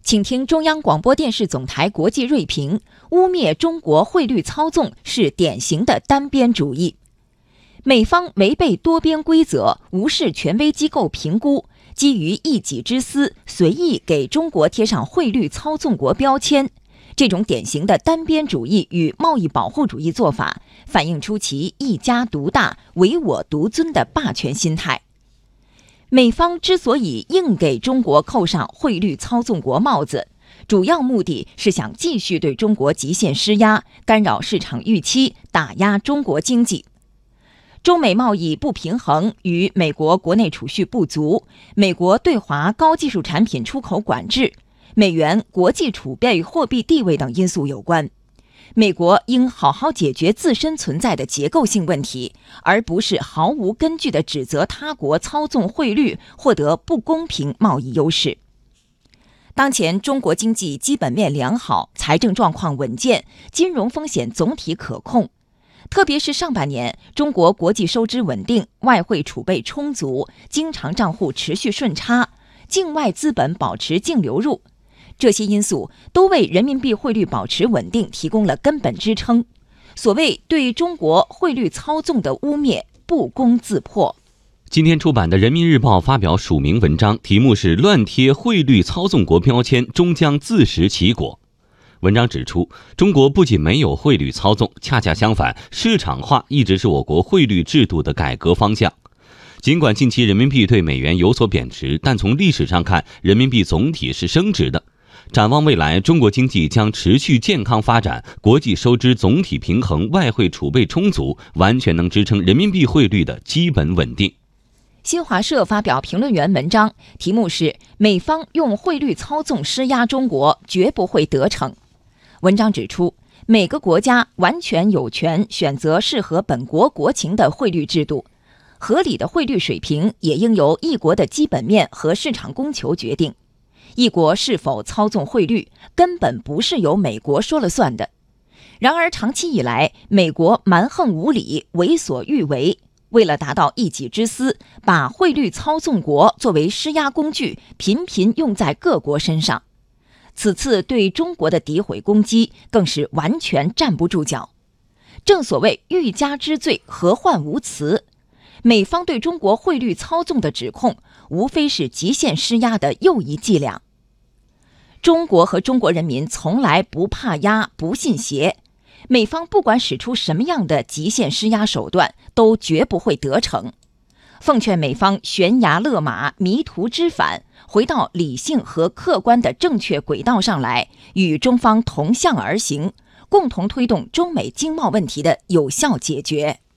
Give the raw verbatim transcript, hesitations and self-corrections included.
请听中央广播电视总台国际锐评：污蔑中国汇率操纵是典型的单边主义。美方违背多边规则，无视权威机构评估，基于一己之私，随意给中国贴上汇率操纵国标签。这种典型的单边主义与贸易保护主义做法，反映出其一家独大、唯我独尊的霸权心态。美方之所以硬给中国扣上汇率操纵国帽子，主要目的是想继续对中国极限施压，干扰市场预期，打压中国经济。中美贸易不平衡与美国国内储蓄不足、美国对华高技术产品出口管制、美元国际储备货币地位等因素有关。美国应好好解决自身存在的结构性问题，而不是毫无根据地指责他国操纵汇率，获得不公平贸易优势。当前中国经济基本面良好，财政状况稳健，金融风险总体可控。特别是上半年，中国国际收支稳定，外汇储备充足，经常账户持续顺差，境外资本保持净流入。这些因素都为人民币汇率保持稳定提供了根本支撑。所谓对中国汇率操纵的污蔑，不攻自破。 今天出版的《人民日报》发表署名文章，题目是乱贴汇率操纵国标签，终将自食其果。文章指出，中国不仅没有汇率操纵，恰恰相反，市场化一直是我国汇率制度的改革方向。尽管近期人民币对美元有所贬值，但从历史上看，人民币总体是升值的。展望未来，中国经济将持续健康发展，国际收支总体平衡，外汇储备充足，完全能支撑人民币汇率的基本稳定。 新华社发表评论员文章，题目是美方用汇率操纵施压中国，绝不会得逞。文章指出，每个国家完全有权选择适合本国国情的汇率制度，合理的汇率水平也应由一国的基本面和市场供求决定。一国是否操纵汇率，根本不是由美国说了算的。然而，长期以来，美国蛮横无理，为所欲为，为了达到一己之私，把汇率操纵国作为施压工具，频频用在各国身上。此次对中国的诋毁攻击，更是完全站不住脚。正所谓欲加之罪，何患无辞？美方对中国汇率操纵的指控，无非是极限施压的又一伎俩。中国和中国人民从来不怕压，不信邪。美方不管使出什么样的极限施压手段，都绝不会得逞。奉劝美方悬崖勒马，迷途知返，回到理性和客观的正确轨道上来，与中方同向而行，共同推动中美经贸问题的有效解决。